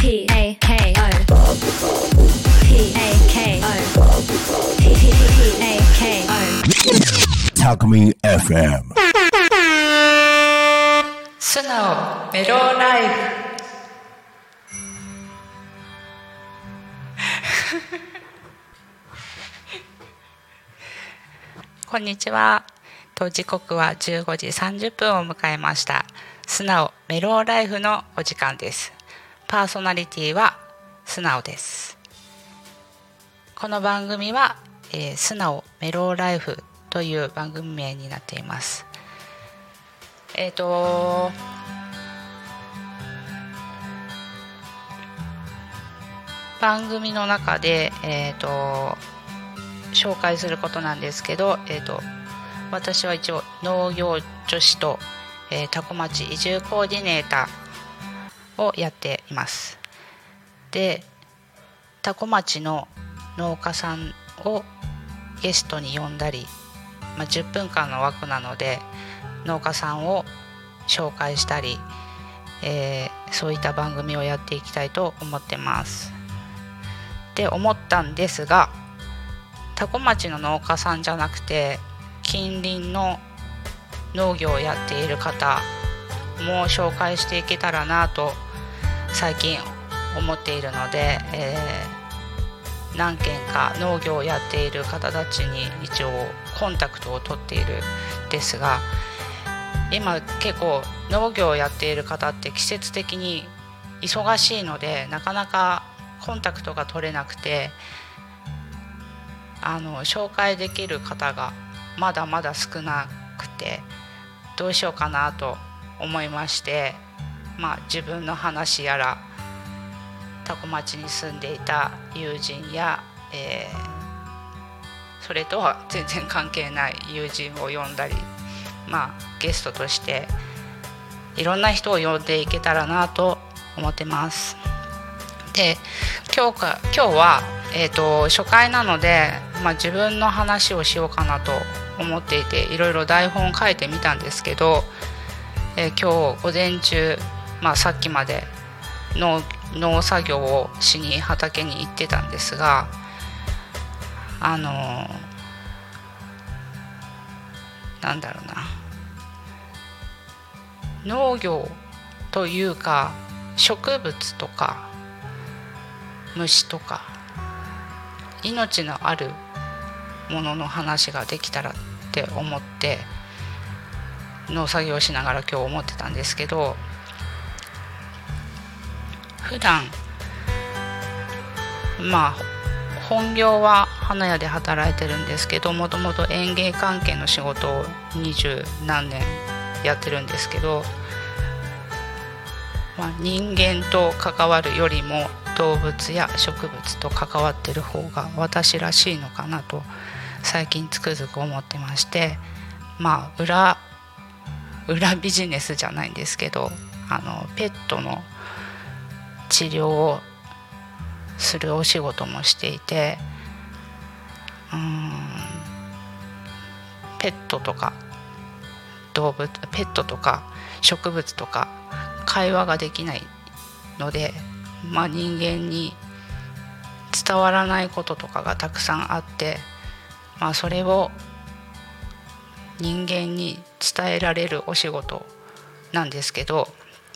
タクミ FM 素直メローライフこんにちは。時刻は15時30分を迎えました。素直メローライフのお時間です。パーソナリティは素直です。この番組は、素直メローライフという番組名になっています。番組の中で、紹介することなんですけど、私は一応農業女子と、多古町移住コーディネーターをやっています。で、多古町の農家さんをゲストに呼んだり、10分間の枠なので農家さんを紹介したり、そういった番組をやっていきたいと思ってますって思ったんですが、多古町の農家さんじゃなくて近隣の農業をやっている方も紹介していけたらなと最近思っているので、何件か農業をやっている方たちに一応コンタクトを取っているんですが、今結構農業をやっている方って季節的に忙しいのでなかなかコンタクトが取れなくて、紹介できる方がまだまだ少なくてどうしようかなと思いまして、自分の話やら多古町に住んでいた友人や、それとは全然関係ない友人を呼んだり、ゲストとしていろんな人を呼んでいけたらなと思ってます。で、今日は、初回なので、自分の話をしようかなと思っていていろいろ台本を書いてみたんですけど、今日午前中、さっきまで農作業をしに畑に行ってたんですが、なんだろうな、農業というか植物とか虫とか命のあるものの話ができたらって思って農作業をしながら今日思ってたんですけど、普段本業は花屋で働いてるんですけど、もともと園芸関係の仕事を20何年やってるんですけど、人間と関わるよりも動物や植物と関わってる方が私らしいのかなと最近つくづく思ってまして、裏ビジネスじゃないんですけど、ペットの治療をするお仕事もしていて、ペットとか植物とか会話ができないので、人間に伝わらないこととかがたくさんあって、それを人間に伝えられるお仕事なんですけど、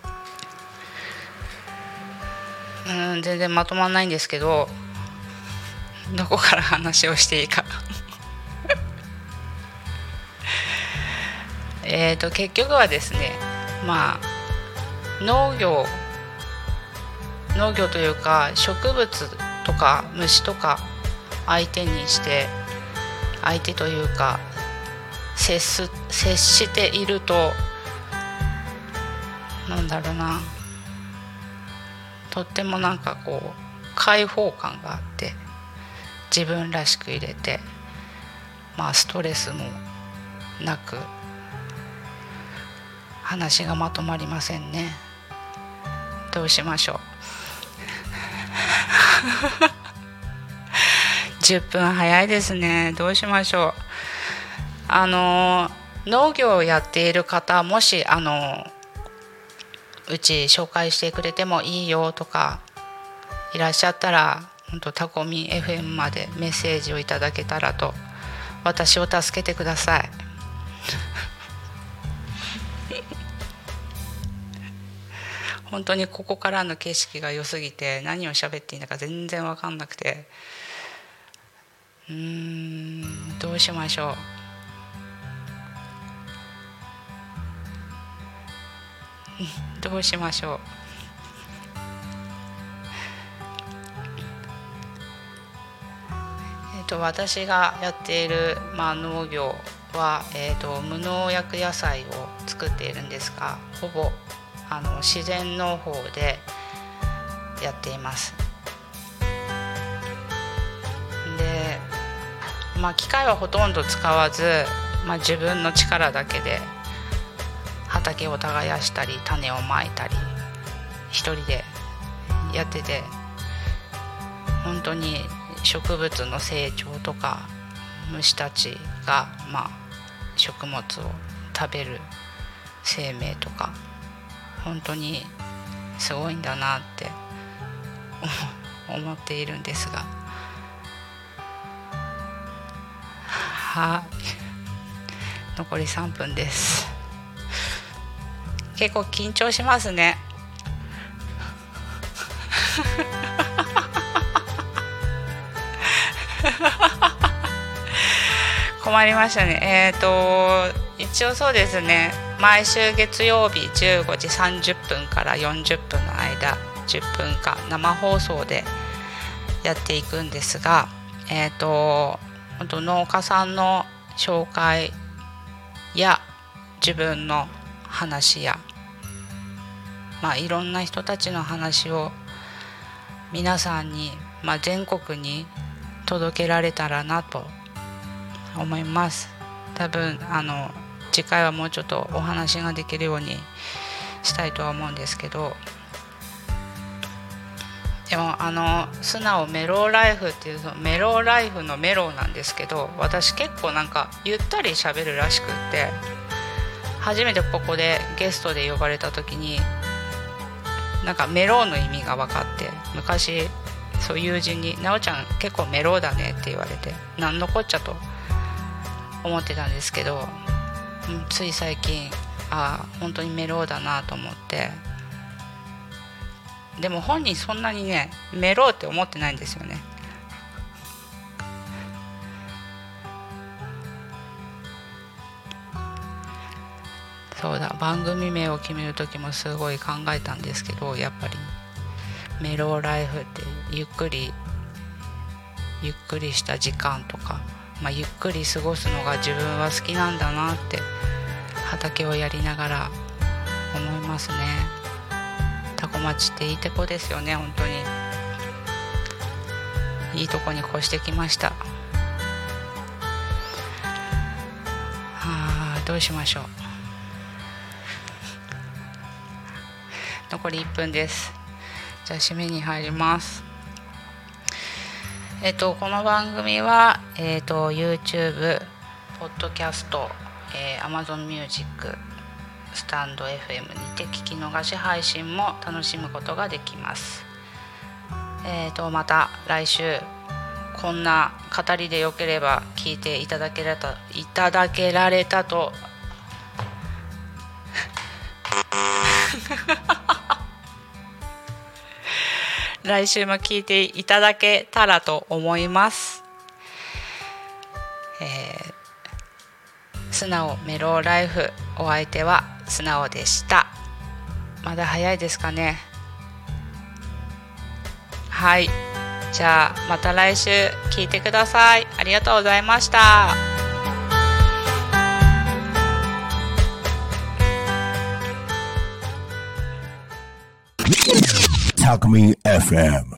全然まとまらないんですけど、どこから話をしていいか結局はですね、農業というか植物とか虫とか相手というか接していると、とっても開放感があって、自分らしく入れて、ストレスもなく話がまとまりませんね。どうしましょう10分早いですね。どうしましょう。農業をやっている方、もしうち紹介してくれてもいいよとかいらっしゃったら本当タコミ FM までメッセージをいただけたらと、私を助けてください本当にここからの景色が良すぎて何を喋っていいのか全然分かんなくて、どうしましょうどうしましょう。私がやっている、農業は、無農薬野菜を作っているんですが、ほぼ自然農法でやっています。で、機械はほとんど使わず、自分の力だけで畑を耕したり種をまいたり一人でやってて、本当に植物の成長とか虫たちが、食物を食べる生命とか本当にすごいんだなって思っているんですが、残り3分です。結構緊張しますね困りましたね。一応そうですね、毎週月曜日15時30分から40分の間10分間生放送でやっていくんですが、本当農家さんの紹介や自分の話や、いろんな人たちの話を皆さんに、全国に届けられたらなと思います。多分次回はもうちょっとお話ができるようにしたいとは思うんですけど、でも素直メローライフっていうメローライフのメローなんですけど、私結構ゆったり喋るらしくって、初めてここでゲストで呼ばれた時にメローの意味が分かって、昔そう友人になおちゃん結構メローだねって言われて、なんのこっちゃと思ってたんですけど、つい最近本当にメローだなと思って、でも本人そんなにねメローって思ってないんですよね。そうだ、番組名を決める時もすごい考えたんですけど、やっぱりメローライフってゆっくりした時間とか、ゆっくり過ごすのが自分は好きなんだなって畑をやりながら思いますね。タコ町っていいとこですよね。本当にいいとこに越してきました。どうしましょう。残り1分です。じゃあ締めに入ります。この番組は、YouTube、Podcast、Amazon Music、スタンド FM にて聞き逃し配信も楽しむことができます。また来週こんな語りでよければ聞いていただけられたと来週も聞いていただけたらと思います。素直メローライフ、お相手は素直でした。まだ早いですかね。はい、じゃあまた来週聞いてください。ありがとうございました。 Talk Me FM